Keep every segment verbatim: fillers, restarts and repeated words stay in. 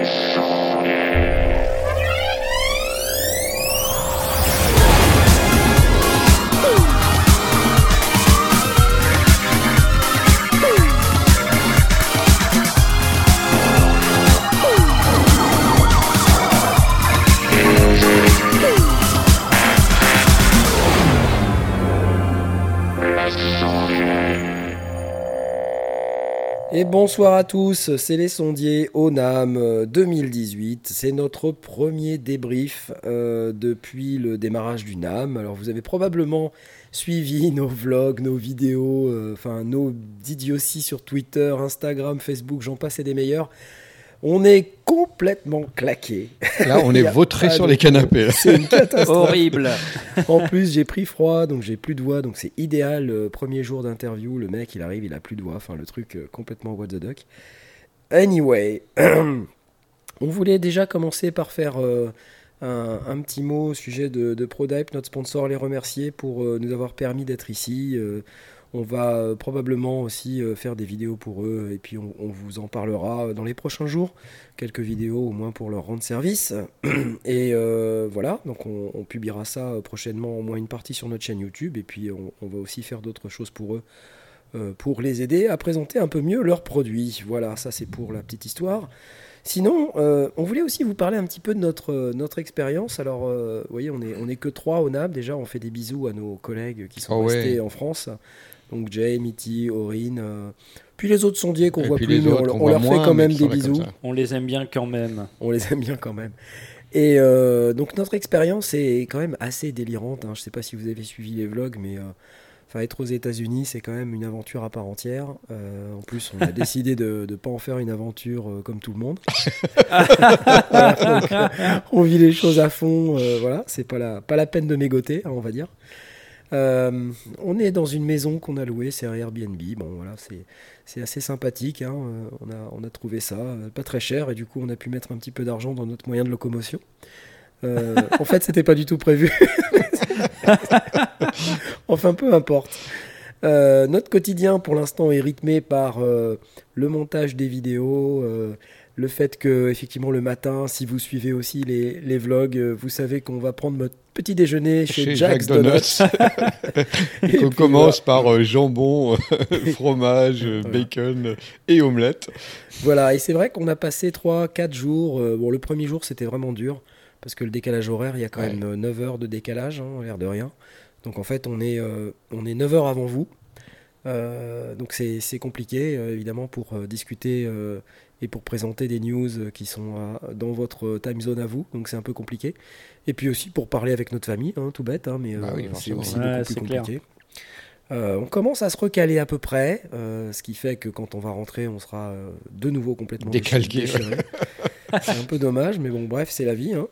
Et bonsoir à tous, c'est les sondiers au NAMM deux mille dix-huit. C'est notre premier débrief euh, depuis le démarrage du NAMM. Alors vous avez probablement suivi nos vlogs, nos vidéos, euh, enfin nos idioties sur Twitter, Instagram, Facebook, j'en passe et des meilleurs. On est complètement claqués. Là, on est vautrés sur de... les canapés. C'est une catastrophe. Horrible. En plus, j'ai pris froid, donc j'ai plus de voix, donc c'est idéal. Le premier jour d'interview, le mec, il arrive, il a plus de voix. Enfin, le truc euh, complètement what the duck. Anyway, on voulait déjà commencer par faire euh, un, un petit mot au sujet de, de ProDype, notre sponsor, les remercier pour euh, nous avoir permis d'être ici. Euh, On va euh, probablement aussi euh, faire des vidéos pour eux et puis on, on vous en parlera dans les prochains jours. Quelques vidéos au moins pour leur rendre service. Et euh, voilà, donc on, on publiera ça prochainement, au moins une partie sur notre chaîne YouTube. Et puis on, on va aussi faire d'autres choses pour eux, euh, pour les aider à présenter un peu mieux leurs produits. Voilà, ça c'est pour la petite histoire. Sinon, euh, on voulait aussi vous parler un petit peu de notre, notre expérience. Alors, euh, vous voyez, on n'est on est que trois au NAMM. Déjà, on fait des bisous à nos collègues qui sont oh restés ouais. en France. Donc Jay, Mitty, Aurine, euh, puis les autres sondiers qu'on et voit plus, mais autres, on, on leur moins, fait quand même des bisous. On les aime bien quand même. On les aime bien quand même. Et euh, donc notre expérience est quand même assez délirante. Hein. Je ne sais pas si vous avez suivi les vlogs, mais euh, enfin, être aux États-Unis, c'est quand même une aventure à part entière. Euh, en plus, on a décidé de ne pas en faire une aventure euh, comme tout le monde. Voilà, donc, euh, on vit les choses à fond. Euh, voilà, c'est pas la, pas la peine de mégoter, hein, on va dire. Euh, on est dans une maison qu'on a louée, c'est un Airbnb. Bon, voilà, c'est, c'est assez sympathique. Hein. Euh, on, a, on a trouvé ça euh, pas très cher et du coup, on a pu mettre un petit peu d'argent dans notre moyen de locomotion. Euh, en fait, c'était pas du tout prévu. Enfin, peu importe. Euh, notre quotidien, pour l'instant, est rythmé par euh, le montage des vidéos. Euh, Le fait que, effectivement, le matin, si vous suivez aussi les, les vlogs, vous savez qu'on va prendre notre petit déjeuner chez, chez Jack's Jack Donuts. Donuts. On commence voilà. par euh, jambon, fromage, voilà. bacon et omelette. Voilà, et c'est vrai qu'on a passé trois quatre jours. Euh, bon, le premier jour, c'était vraiment dur, parce que le décalage horaire, il y a quand ouais. même neuf heures de décalage, hein, l'air de rien. Donc, en fait, on est, euh, on est neuf heures avant vous. Euh, donc, c'est, c'est compliqué, euh, évidemment, pour euh, discuter... Euh, et pour présenter des news qui sont à, dans votre time zone à vous, donc c'est un peu compliqué. Et puis aussi pour parler avec notre famille, hein, tout bête, hein, mais euh, bah oui, c'est aussi ouais, beaucoup plus compliqué. Euh, on commence à se recaler à peu près, euh, ce qui fait que quand on va rentrer, on sera euh, de nouveau complètement décalqué. déchiré. C'est un peu dommage, mais bon, bref, c'est la vie. Hein.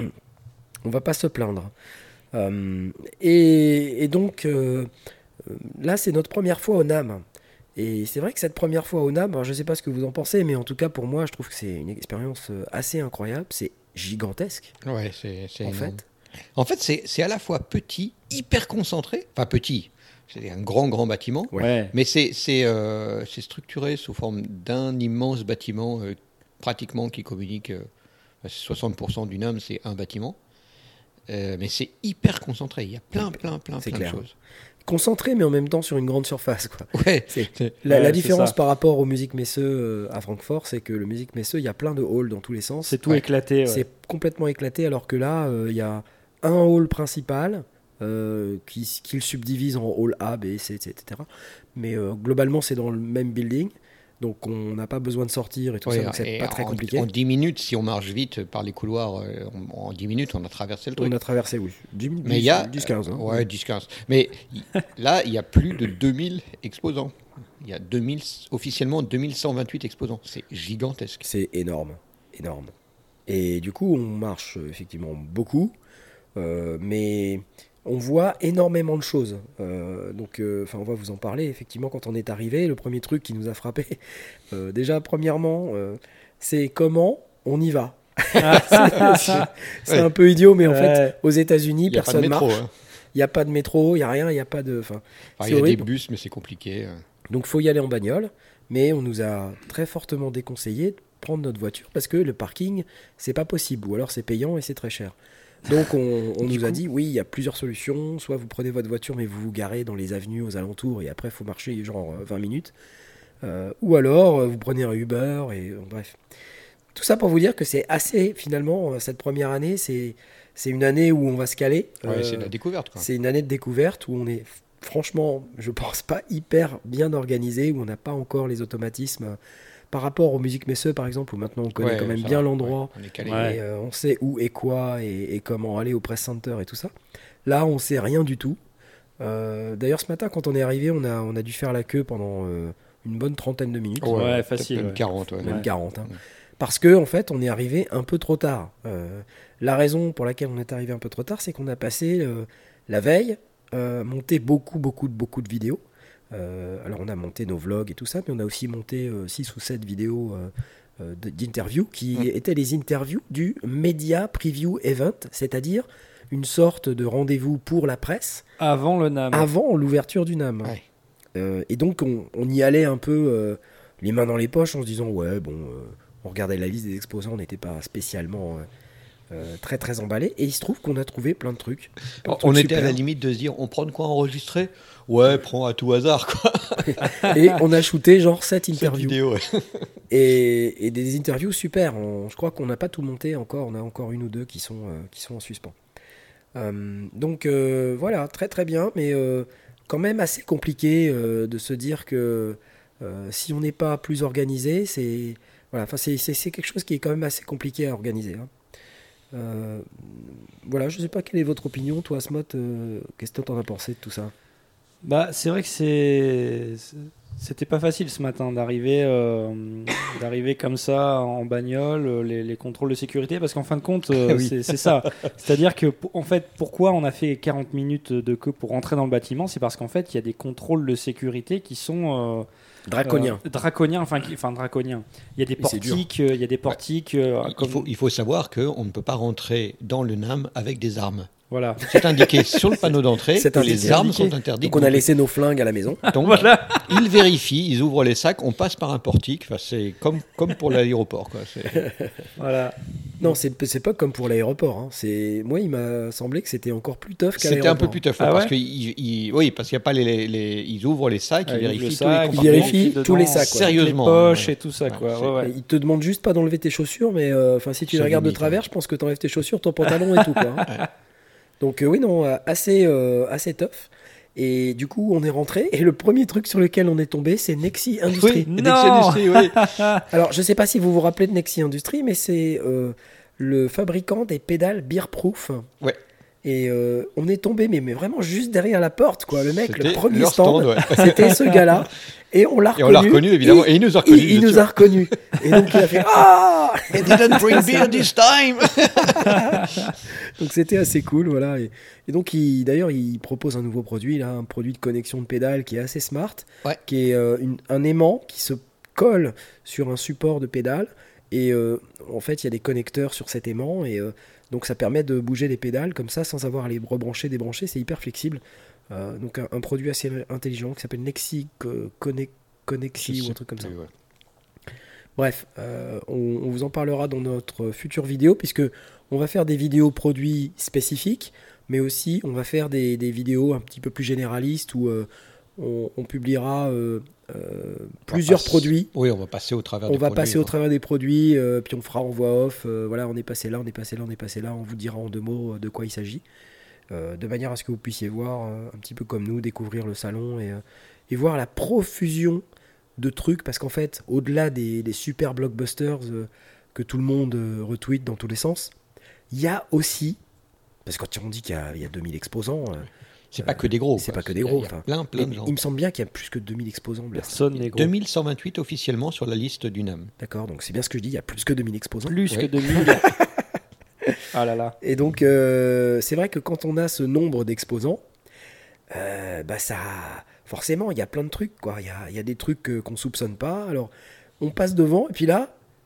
On va pas se plaindre. Euh, et, et donc, euh, là, c'est notre première fois au NAMM. Et c'est vrai que cette première fois au NAMM, alors je ne sais pas ce que vous en pensez, mais en tout cas pour moi, je trouve que c'est une expérience assez incroyable. C'est gigantesque. Ouais, c'est, c'est en énorme. fait. En fait, c'est, c'est à la fois petit, hyper concentré. Enfin, petit, c'est un grand, grand bâtiment. Ouais. Mais c'est, c'est, euh, c'est structuré sous forme d'un immense bâtiment, euh, pratiquement qui communique. Euh, soixante pour cent du NAMM, c'est un bâtiment. Euh, mais c'est hyper concentré. Il y a plein, plein, plein, c'est plein clair. de choses. Concentré, mais en même temps sur une grande surface. Quoi. Ouais, c'est, c'est, la, ouais, la différence ça. par rapport au Musique Messeux euh, à Francfort, c'est que le Musique Messeux, il y a plein de halls dans tous les sens. C'est tout ouais. éclaté. Ouais. C'est complètement éclaté, alors que là, il euh, y a un hall principal euh, qui, qui le subdivise en hall A, B, C, et cetera. Mais euh, globalement, c'est dans le même building. Donc on n'a pas besoin de sortir et tout oui, ça, donc c'est et pas très en, compliqué. En dix minutes, si on marche vite par les couloirs, euh, en dix minutes, on a traversé le truc. On a traversé, oui. dix, Mais il y a dix quinze. Hein. Ouais, dix quinze. Mais y, là, il y a plus de deux mille exposants. Il y a deux mille, officiellement deux mille cent vingt-huit exposants. C'est gigantesque. C'est énorme, énorme. Et du coup, on marche effectivement beaucoup, euh, mais... on voit énormément de choses. Euh, donc, euh, on va vous en parler. Effectivement, quand on est arrivé, le premier truc qui nous a frappé, euh, déjà, premièrement, euh, c'est comment on y va. c'est c'est, c'est ouais. un peu idiot, mais en ouais. fait, aux États-Unis, personne ne marche. Hein. Il n'y a pas de métro, il n'y a rien, il n'y a pas de... Enfin, il y a horrible. Des bus, mais c'est compliqué. Donc, il faut y aller en bagnole. Mais on nous a très fortement déconseillé prendre notre voiture parce que le parking, c'est pas possible, ou alors c'est payant et c'est très cher. Donc on, on nous coup, a dit, oui, il y a plusieurs solutions, soit vous prenez votre voiture mais vous vous garez dans les avenues aux alentours et après il faut marcher genre vingt minutes, euh, ou alors vous prenez un Uber, et euh, bref. Tout ça pour vous dire que c'est assez, finalement, cette première année, c'est, c'est une année où on va se caler. Ouais, Euh, c'est de la découverte, quoi. C'est une année de découverte où on est, franchement, je pense pas hyper bien organisé, où on n'a pas encore les automatismes par rapport aux musiques Messeux, par exemple, où maintenant on connaît Ouais, quand même ça bien va, l'endroit, ouais, on est calé. Ouais. et euh, on sait où et quoi, et, et comment aller au Press Center et tout ça. Là, on sait rien du tout. Euh, d'ailleurs, ce matin, quand on est arrivé, on a, on a dû faire la queue pendant euh, une bonne trentaine de minutes. Ouais, peut-être facile, même ouais. quarante, ouais. Même Ouais. quarante. Hein. Ouais. Parce que en fait, on est arrivé un peu trop tard. Euh, la raison pour laquelle on est arrivé un peu trop tard, c'est qu'on a passé euh, la veille, euh, monté beaucoup, beaucoup, beaucoup de vidéos. Euh, alors, on a monté nos vlogs et tout ça, mais on a aussi monté six ou sept vidéos euh, euh, de- d'interviews qui Mm. étaient les interviews du Media Preview Event, c'est-à-dire une sorte de rendez-vous pour la presse Avant le N A M. avant l'ouverture du N A M. Ouais. Euh, et donc, on, on y allait un peu euh, les mains dans les poches en se disant, ouais, bon, euh, on regardait la liste des exposants, on n'était pas spécialement euh, euh, très très emballé. Et il se trouve qu'on a trouvé plein de trucs. Plein de On trucs était à la super. limite de se dire, on prend de quoi enregistrer? Ouais, prends à tout hasard, quoi. Et on a shooté genre sept Cette interviews. vidéo, ouais. Et, et des interviews super. On- je crois qu'on n'a pas tout monté encore. On a encore une ou deux qui sont, euh, qui sont en suspens. Euh, donc euh, voilà, très très bien. Mais euh, quand même assez compliqué euh, de se dire que euh, si on n'est pas plus organisé, c'est, voilà, enfin, c'est, c'est, c'est quelque chose qui est quand même assez compliqué à organiser. Hein. Euh, voilà, je ne sais pas quelle est votre opinion, toi, Asmot. Euh, qu'est-ce que tu en as pensé de tout ça? Bah, c'est vrai que c'est c'était pas facile ce matin d'arriver euh, d'arriver comme ça en bagnole, euh, les, les contrôles de sécurité, parce qu'en fin de compte euh, Oui. c'est, c'est ça. C'est-à-dire que pour- en fait, pourquoi on a fait quarante minutes de queue pour rentrer dans le bâtiment, c'est parce qu'en fait il y a des contrôles de sécurité qui sont euh, Draconien. euh, draconiens, enfin, qui- enfin draconiens. Il y a des Oui, c'est dur. portiques, euh, il y a des portiques. euh, Il comme- faut, il faut savoir qu'on ne peut pas rentrer dans le N A M avec des armes. Voilà. C'est indiqué sur le panneau d'entrée C'est que indiqué, les armes indiqué. sont interdites. Donc on a laissé nos flingues à la maison. Donc, Voilà. ils vérifient, ils ouvrent les sacs, on passe par un portique. Enfin, c'est comme, comme pour l'aéroport, quoi. C'est- Voilà. Non, c'est, c'est pas comme pour l'aéroport. Hein. C'est, moi, il m'a semblé que c'était encore plus tough qu'à C'était un l'aéroport. peu plus tough, Ah parce ouais que ils- ils- oui, parce qu'il y a pas les, les- les- ils ouvrent les sacs, Ah, ils il ouvre le vérifient sac, tous les ils compartiments. vérifient dedans, tous les sacs, ouais. Sérieusement, les poches ouais. et tout ça, Ouais, quoi. c'est- Ouais, ouais. Ils te demandent juste pas d'enlever tes chaussures, mais euh, enfin, si tu C'est les regardes de limite, travers, ouais. je pense que t'enlèves tes chaussures, ton pantalon et tout, quoi. hein. Donc euh, oui, non, euh, assez, euh, assez tough. Et du coup, on est rentré. Et le premier truc sur lequel on est tombé, c'est Nexi Industries. Oui, Non. Nexi Industries, oui. Alors, je sais pas si vous vous rappelez de Nexi Industries, mais c'est euh, le fabricant des pédales Beerproof. Ouais. Et euh, on est tombé, mais, mais vraiment juste derrière la porte, quoi. Le mec, le C'était premier leur stand, stand, ouais. c'était ce gars-là. Et on l'a Et reconnu. on l'a reconnu, évidemment. Et il nous a reconnus, Il, il bien nous sûr. a reconnus. Et donc, il a fait Ah They didn't bring beer this time. Donc c'était assez cool, voilà. Et, et donc il, d'ailleurs il propose un nouveau produit là, un produit de connexion de pédale qui est assez smart, Ouais. qui est euh, une- un aimant qui se colle sur un support de pédale et euh, en fait il y a des connecteurs sur cet aimant et euh, donc ça permet de bouger les pédales comme ça sans avoir à les rebrancher, débrancher, c'est hyper flexible. Euh, donc un, un produit assez intelligent qui s'appelle Nexi Co- Connect- Connexi ou un truc comme ça. Oui, ouais. Bref, euh, on, on vous en parlera dans notre future vidéo, puisque on va faire des vidéos produits spécifiques, mais aussi on va faire des, des vidéos un petit peu plus généralistes où euh, on, on publiera euh, euh, plusieurs passe- produits. Oui, on va passer au travers On des va produits, passer au quoi. travers des produits, euh, puis on fera en voix off. euh, voilà, on est passé là, on est passé là, on est passé là. On vous dira en deux mots euh, de quoi il s'agit, euh, de manière à ce que vous puissiez voir euh, un petit peu comme nous, découvrir le salon et, euh, et voir la profusion de trucs, parce qu'en fait, au-delà des, des super blockbusters euh, que tout le monde euh, retweet dans tous les sens, il y a aussi, parce que quand on dit qu'il y a, il y a deux mille exposants, euh, C'est pas que des gros. c'est quoi. pas que des Il y a- gros. Il y a enfin, plein, plein de mais gens. il me semble bien qu'il y a plus que deux mille exposants. Blair. Personne n'est gros. deux mille cent vingt-huit officiellement sur la liste du N A M. D'accord, donc c'est bien ce que je dis, il y a plus que deux mille exposants. Plus que Oui. deux mille. Ah là là. Et donc, euh, c'est vrai que quand on a ce nombre d'exposants, euh, bah ça, forcément, il y a plein de trucs, quoi. Il y a, il y a des trucs euh, qu'on soupçonne pas. Alors, on passe devant, et puis là,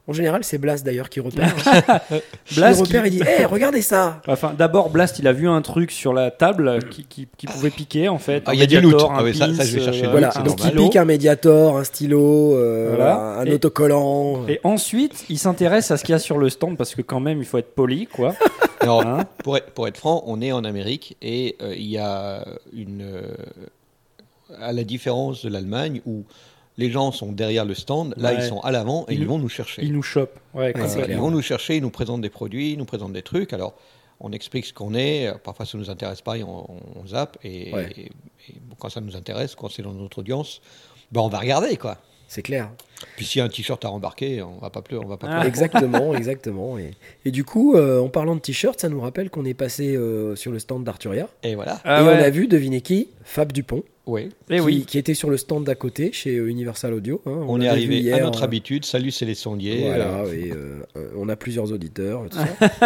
En général, c'est Blast d'ailleurs qui repère. Blast il repère qui- et dit hey, regardez ça. Enfin, d'abord, Blast, il a vu un truc sur la table qui, qui, qui pouvait piquer, en fait. Ah, Un il y a du Mediator, loot. un Ah oui, ça- pins, ça, je vais chercher euh, le Voilà, c'est donc il normal. pique un Mediator, un stylo, euh, Voilà. un Et- autocollant. Et ensuite, il s'intéresse à ce qu'il y a sur le stand parce que quand même, il faut être poli, quoi. Alors, Hein pour, être, pour être franc, on est en Amérique et euh, il y a une. euh, à la différence de l'Allemagne où les gens sont derrière le stand, là Ouais. ils sont à l'avant et Ils ils nous- vont nous chercher. Il nous chope. Ouais, Ouais, c'est complètement. clair. Ils vont nous chercher, ils nous présentent des produits, ils nous présentent des trucs. Alors, on explique ce qu'on est. Parfois, ça ne nous intéresse pas et on, on zappe. Et, Ouais. et- et bon, quand ça nous intéresse, quand c'est dans notre audience, ben, on va regarder, quoi. C'est clair. Puis s'il y a un t-shirt à rembarquer, on va pas pleurer, on va pas Ah. pleurer. Exactement, exactement. Et, et du coup, euh, en parlant de t-shirt, ça nous rappelle qu'on est passé euh, sur le stand d'Arturia. Et voilà. Ah et ouais. on a vu, devinez qui Fab Dupont, Oui. Eh qui, oui. qui était sur le stand d'à côté chez euh, Universal Audio. hein. On, est l'avait vu arrivé hier, à notre euh, habitude. Salut, c'est les sondiers. Voilà, Euh, et, euh, euh, on a plusieurs auditeurs, tout ça.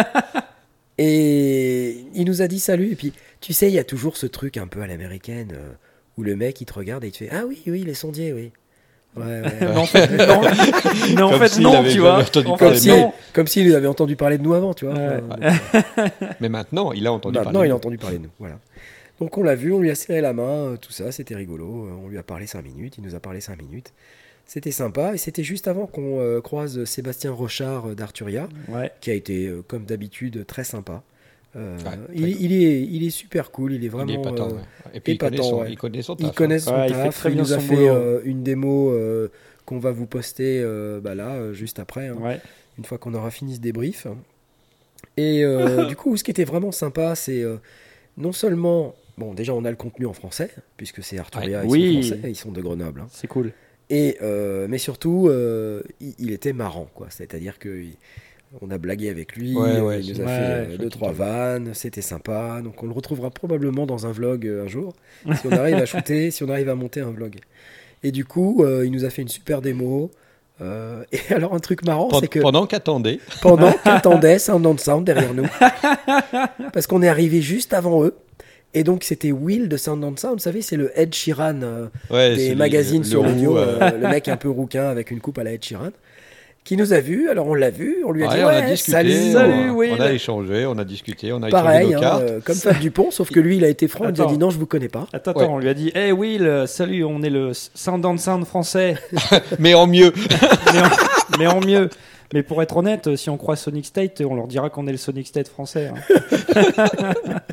Et il nous a dit salut. Et puis, tu sais, il y a toujours ce truc un peu à l'américaine euh, où le mec il te regarde et il te fait ah oui, oui, les sondiers, oui. Ouais, ouais. Mais en fait, non. Mais en Comme fait, s'il non, avait tu jamais vois. entendu En parler fait, Comme si, de non. comme s'il avait entendu parler de nous avant, tu vois. Ouais. Enfin, Mais maintenant, il a entendu Maintenant, parler. il a entendu parler de nous. Voilà. Donc, on l'a vu, on lui a serré la main, euh, tout ça, c'était rigolo. Euh, On lui a parlé cinq minutes, il nous a parlé cinq minutes. C'était sympa, et c'était juste avant qu'on euh, croise Sébastien Rochard euh, d'Arturia, Ouais. qui a été, euh, comme d'habitude, très sympa. Euh, Ouais, il, très il est, il est super cool, il est vraiment. Il est épatant, euh, ouais. Et puis il connaît, épatant, son, ouais. il connaît son il taf. connaît son Ouais, il fait taf, très il bien nous a son fait boulot. euh, une démo euh, qu'on va vous poster euh, bah là, euh, juste après, hein, Ouais. une fois qu'on aura fini ce débrief. Et euh, du coup, ce qui était vraiment sympa, c'est euh, non seulement, bon, déjà on a le contenu en français, puisque c'est Arturia, Ouais. ils Oui. sont français, ils sont de Grenoble. hein. C'est cool. Et, euh, mais surtout, euh, il, il était marrant, quoi. C'est-à-dire que il- on a blagué avec lui, Ouais, euh, ouais, il nous c'est- a ouais, fait euh, chouette, deux, trois il était- vannes, c'était sympa. Donc on le retrouvera probablement dans un vlog euh, un jour, si on arrive à shooter, si on arrive à monter un vlog. Et du coup, euh, il nous a fait une super démo. Euh, et alors un truc marrant, Pen- c'est que Pendant qu'attendait, pendant qu'attendait Sound on Sound derrière nous, parce qu'on est arrivé juste avant eux. Et donc c'était Will de Sound on Sound, vous savez, c'est le Ed Sheeran euh, ouais, c'est des le- magazines le sur roux, l'audio, euh, euh, le mec un peu rouquin avec une coupe à la Ed Sheeran, qui nous a vus. Alors on l'a vu, on lui a ouais, dit on a ouais, discuté, salut, on, salut, on Will. a échangé, on a discuté, on a pareil, échangé nos hein, cartes. euh, comme Fab Dupont, sauf que lui il a été franc, il nous a Attends. dit non, je vous connais pas. Attends, Ouais. attends, on lui a dit Hey Will, euh, salut, on est le Sound on Sound français. Mais en mieux. mais, en, mais en mieux. Mais pour être honnête, si on croise Sonic State, on leur dira qu'on est le Sonic State français. hein.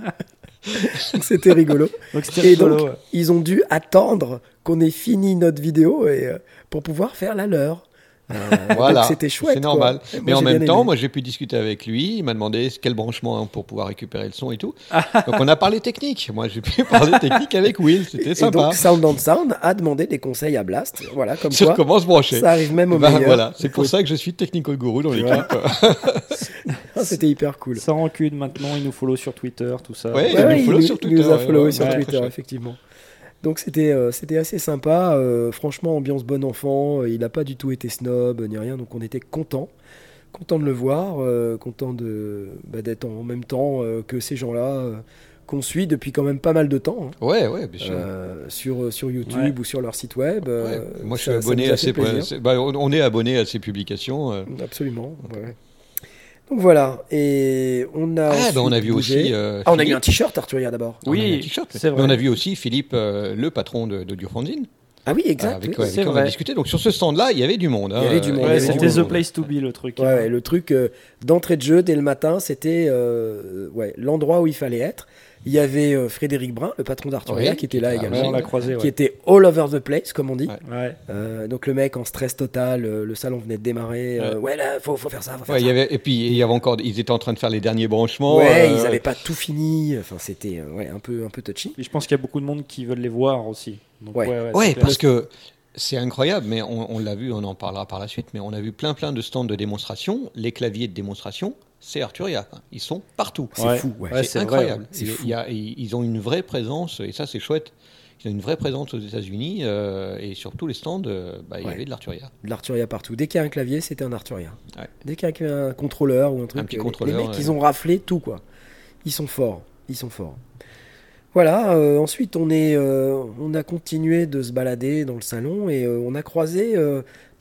Donc c'était rigolo. Donc c'était Et rigolo. donc ouais. ils ont dû attendre qu'on ait fini notre vidéo et, euh, pour pouvoir faire la leur. Euh, Voilà, donc c'était chouette. c'est normal. quoi. Et moi, Mais en j'ai même bien temps, aimé. moi j'ai pu discuter avec lui. Il m'a demandé quel branchement hein, pour pouvoir récupérer le son et tout. Donc on a parlé technique. Moi j'ai pu parler technique avec Will. C'était Et sympa. donc Sound on Sound a demandé des conseils à Blast. Voilà, comme Sur quoi comment se brancher. ça arrive même au Ben, meilleur. voilà, c'est Il pour faut- ça que je suis technical guru dans Tu l'équipe. Ah, c'était hyper cool. Sans rancune maintenant, il nous follow sur Twitter, tout ça. Ouais, Ouais, il nous ouais, follow il, sur il nous Twitter, a follow ouais, sur ouais, Twitter, très chouette. effectivement. Donc c'était euh, c'était assez sympa. euh, franchement, ambiance bon enfant. euh, Il n'a pas du tout été snob ni rien. Donc on était content, content de le voir, euh, content de bah, d'être en même temps euh, que ces gens-là euh, qu'on suit depuis quand même pas mal de temps. hein. Ouais, ouais, bien sûr. Euh, sur, sur YouTube Ouais. ou sur leur site web. Ouais. euh, Moi, je suis ça- ça abonné nous a à fait ses. plaisir. c'est- bah, on on est abonné à ses publications. euh. Absolument. ouais. Donc voilà. Et on a. Ah, ensuite bah, on a vu bougé. aussi. euh, Ah, on a eu Philippe. un t-shirt Arturia d'abord. On a eu Oui, un t-shirt, c'est mais vrai. on a vu aussi Philippe, euh, le patron de, de Diofanzine, Ah oui, exact. avec, oui. ouais, avec c'est qui on a vrai. discuté. Donc sur ce stand-là, il y avait du monde. hein. Il y avait du monde, Euh, il y Ouais, avait c'était du the monde. place to be le truc. Ouais, ouais, le truc euh, d'entrée de jeu dès le matin, c'était euh, ouais, l'endroit où il fallait être. Il y avait euh, Frédéric Brun, le patron d'Arturia, Oui, qui était là ah, Ouais, également, on l'a croisé. qui Ouais. était all over the place, comme on dit. Ouais. Ouais. Euh, donc le mec en stress total, euh, le salon venait de démarrer. euh, ouais, là, faut, faut faire ça, faut faire Ouais, il y ça. avait, et puis il y avait encore, ils étaient en train de faire les derniers branchements. Ouais, euh, ils n'avaient pas tout fini. Enfin, c'était euh, ouais, un peu, un peu touchy. Et je pense qu'il y a beaucoup de monde qui veulent les voir aussi. Donc, Ouais. ouais, ouais, Ouais, c'est clair. parce que c'est incroyable, mais on, on l'a vu, on en parlera par la suite, mais on a vu plein plein de stands de démonstration. Les claviers de démonstration, c'est Arturia. quoi. Ils sont partout. C'est Ouais. fou, ouais. Ouais, c'est c'est vrai, incroyable. ouais. C'est Il- fou. il y a- ils ils ont une vraie présence, et ça c'est chouette. Ils ont une vraie présence aux États-Unis, euh, et sur tous les stands, euh, bah, il y Ouais. avait de l'Arturia. De l'Arturia partout. Dès qu'il y a un clavier, c'était un Arturia. Ouais. Dès qu'il y a un contrôleur ou un truc, petit euh, les- contrôleur, les mecs, ouais. ils ont raflé tout, quoi. Ils sont forts. Ils sont forts. Voilà, euh, ensuite on, est, euh, on a continué de se balader dans le salon et euh, on a croisé euh,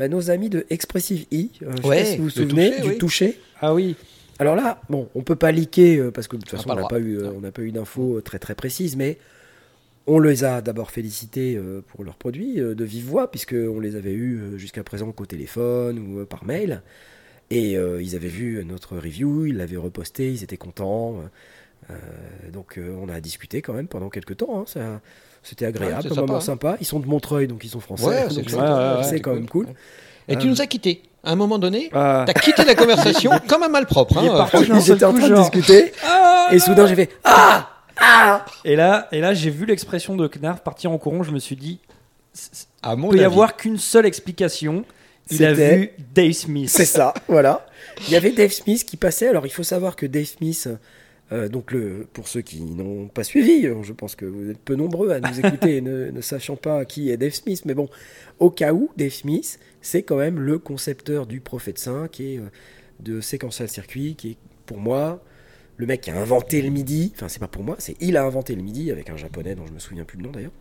bah, nos amis de Expressive E, euh, je sais Ouais, pas si vous vous le souvenez toucher, du oui. toucher. Ah oui. Alors là, bon, on peut pas leaker euh, parce que de toute On façon n'a on pas n'a le pas eu, euh, droit. on n'a pas eu d'infos euh, très très précises, mais on les a d'abord félicités euh, pour leurs produits euh, de vive voix, puisque on les avait eus euh, jusqu'à présent qu'au téléphone ou euh, par mail, et euh, ils avaient vu notre review, ils l'avaient reposté, ils étaient contents. Euh, donc euh, on a discuté quand même pendant quelques temps. Hein, ça, c'était agréable, Ouais, c'est un sympa, moment hein. sumpa. Ils sont de Montreuil, donc ils sont français, Ouais, donc c'est c'est, chouette. ouais, ouais, c'est ouais. quand même cool. Et tu Euh, nous as quittés. À un moment donné, Ah. t'as quitté la conversation comme un malpropre. Il est Hein, parti franchement. d'un seul J'étais en coup, train de genre. discuter, Ah, et soudain j'ai fait ah ah. Et là, et là, j'ai vu l'expression de Knarf partir en courant. Je me suis dit, il À mon peut y avis. avoir qu'une seule explication. Il a C'était- vu Dave Smith. C'est ça, voilà. Il y avait Dave Smith qui passait. Alors, il faut savoir que Dave Smith, euh, donc le, pour ceux qui n'ont pas suivi, euh, je pense que vous êtes peu nombreux à nous écouter, ne, ne sachant pas qui est Dave Smith, mais bon, au cas où, Dave Smith, c'est quand même le concepteur du Prophet cinq et euh, de Sequential Circuit, qui est pour moi le mec qui a inventé le MIDI. Enfin, c'est pas pour moi, c'est il a inventé le MIDI avec un japonais dont je me souviens plus le nom d'ailleurs.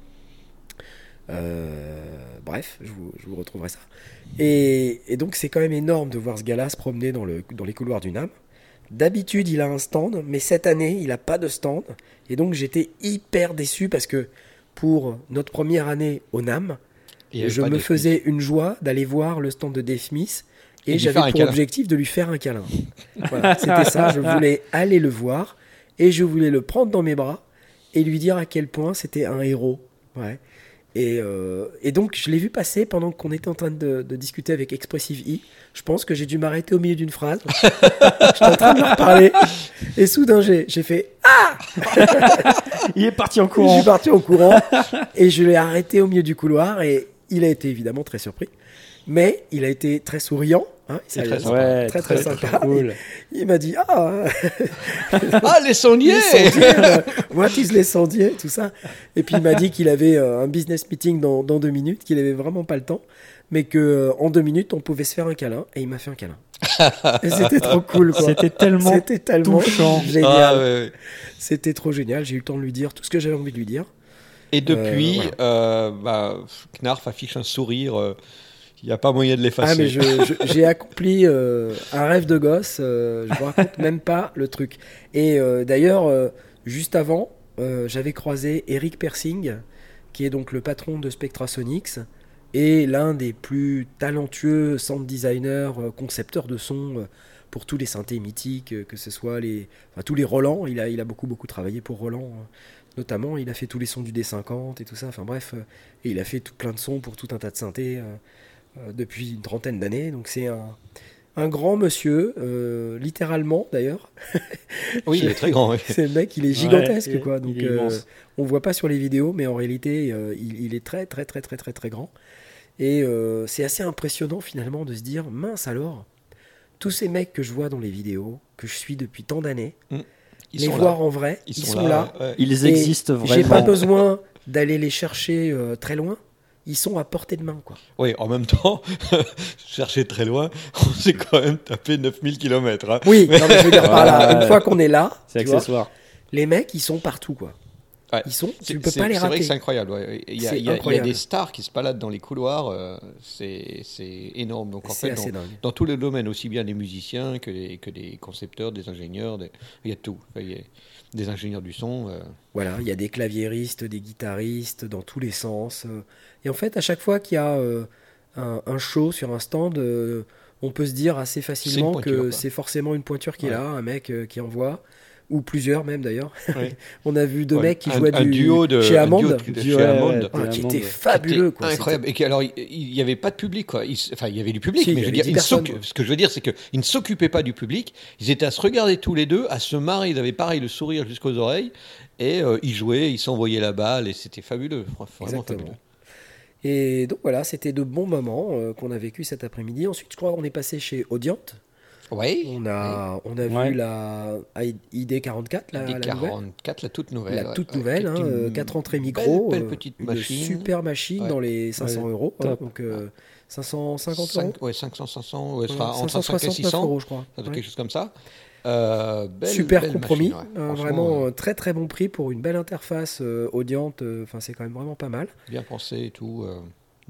Euh, bref, je vous, je vous retrouverai ça. Et, et donc c'est quand même énorme de voir ce gars-là se promener dans, le, dans les couloirs du NAMM. D'habitude il a un stand, mais cette année il n'a pas de stand. Et donc j'étais hyper déçu parce que pour notre première année au NAMM, Il y avait je pas me de- faisais une joie d'aller voir le stand de Dave Smith. Et Et, lui faire j'avais un pour câlin. objectif de lui faire un câlin. Voilà, c'était ça, je voulais aller le voir et je voulais le prendre dans mes bras et lui dire à quel point c'était un héros. Ouais. Et, euh, et donc, je l'ai vu passer pendant qu'on était en train de, de discuter avec Expressive E. Je pense que j'ai dû m'arrêter au milieu d'une phrase. J'étais en train de leur parler. Et soudain, j'ai, j'ai fait ah. Il est parti en Je courant. suis parti en courant. Et je l'ai arrêté au milieu du couloir. Et il a été évidemment très surpris. Mais il a été très souriant. Hein, C'est Ça, très ça- sympa. Ouais, très, très sympa. cool. Il m'a dit ah. Ah, les sondiers. Les sondiers, euh, what is les sondiers, tout ça. Et puis il m'a dit qu'il avait euh, un business meeting dans, dans deux minutes, qu'il avait vraiment pas le temps, mais que euh, en deux minutes on pouvait se faire un câlin. Et il m'a fait un câlin. Et c'était trop cool, quoi. C'était tellement C'était tellement touchant. génial. Ah, ouais, ouais. C'était trop génial. J'ai eu le temps de lui dire tout ce que j'avais envie de lui dire. Et depuis, Euh, euh, bah, Knarf affiche un sourire. euh, Il n'y a pas moyen de l'effacer. Ah mais je, je- j'ai accompli euh, un rêve de gosse. euh, je vous raconte même pas le truc. Et euh, d'ailleurs, euh, juste avant, euh, j'avais croisé Eric Persing, qui est donc le patron de Spectrasonics et l'un des plus talentueux sound designers, euh, concepteurs de son euh, pour tous les synthés mythiques, euh, que ce soit les, enfin, tous les Roland. Il a, il a beaucoup beaucoup travaillé pour Roland. euh, Notamment, il a fait tous les sons du D cinquante et tout ça. Enfin bref, euh, et il a fait tout plein de sons pour tout un tas de synthés. euh, euh, depuis une trentaine d'années. Donc c'est un, un grand monsieur, euh, littéralement d'ailleurs. Oui, il est très grand. oui. C'est le mec, il est gigantesque Ouais, quoi. il Donc est euh, immense. on voit pas sur les vidéos, mais en réalité euh, il, il est très très très très très très grand. Et euh, c'est assez impressionnant finalement de se dire mince alors, tous ces mecs que je vois dans les vidéos, que je suis depuis tant d'années, Ils les sont voir là. en vrai, Ils, ils, sont, sont, là. là. ouais. Ils Et existent J'ai pas vraiment. besoin d'aller les chercher euh, très loin. Ils sont à portée de main quoi. Oui, en même temps, chercher très loin, on s'est quand même tapé neuf mille kilomètres. Hein. Oui, non, mais je veux dire par là, Ouais. une fois qu'on est là, C'est tu vois, accessoire. les mecs, ils sont partout, quoi. Ouais. Ils sont, C'est- tu peux c'est- pas les C'est vrai rater. que c'est incroyable. ouais. Il y, a, C'est il y a- il y a incroyable. des stars qui se baladent dans les couloirs. euh, c'est c'est énorme. Donc en C'est fait, assez dans, dingue. dans tous les domaines, aussi bien des musiciens que des, que des concepteurs, des ingénieurs, des- il y a tout. Enfin, il y a des ingénieurs du son. euh, Voilà, il y a des claviéristes, des guitaristes, dans tous les sens. euh. Et en fait, à chaque fois qu'il y a euh, un, un show sur un stand, euh, on peut se dire assez facilement pointure, que quoi. c'est forcément une pointure qui est Ouais. là, un mec euh, qui envoie, ou plusieurs même d'ailleurs. Ouais. On a vu deux Ouais. mecs qui Un- jouaient un du duo de- chez un Hammond, duo de- de Duo, chez ouais, Hammond. ouais, ah, qui Hammond. était fabuleux. C'était Quoi. incroyable. Et qu'alors, il- il n'y avait pas de public. Quoi. Il s- enfin, il y avait du public, Si, il mais y je veux avait dire, dix ils personnes, s'occu- quoi. ce que je veux dire, c'est qu'ils ne s'occupaient pas du public. Ils étaient à se regarder tous les deux, à se marrer. Ils avaient pareil le sourire jusqu'aux oreilles. Et euh, ils jouaient, ils s'envoyaient la balle. Et c'était fabuleux. Vraiment Exactement. fabuleux. Et donc voilà, c'était de bons moments euh, qu'on a vécu cet après-midi. Ensuite, je crois qu'on est passé chez Audiant. Oui. On a, on a Ouais. vu la I D quarante-quatre, la, D la nouvelle. quarante-quatre, la toute nouvelle. La ouais, toute ouais, nouvelle, qui est hein, une euh, quatre entrées micro, Belle, euh, belle petite une machine. super machine Ouais. dans les cinq cents Ouais, euros, hein, top. donc euh, cinq cent cinquante Cinq- euros, ouais, cinq cents, cinq cents, ouais, ce Ouais, sera entre cinq et six cinq cent soixante-neuf cents, euros, je crois. quelque Ouais. chose comme ça. Euh, belle- Super belle compromis, machine, ouais. euh, Franchement, vraiment euh, euh, très très bon prix pour une belle interface euh, audiente. Enfin, c'est quand même vraiment pas mal. bien pensé et tout. euh,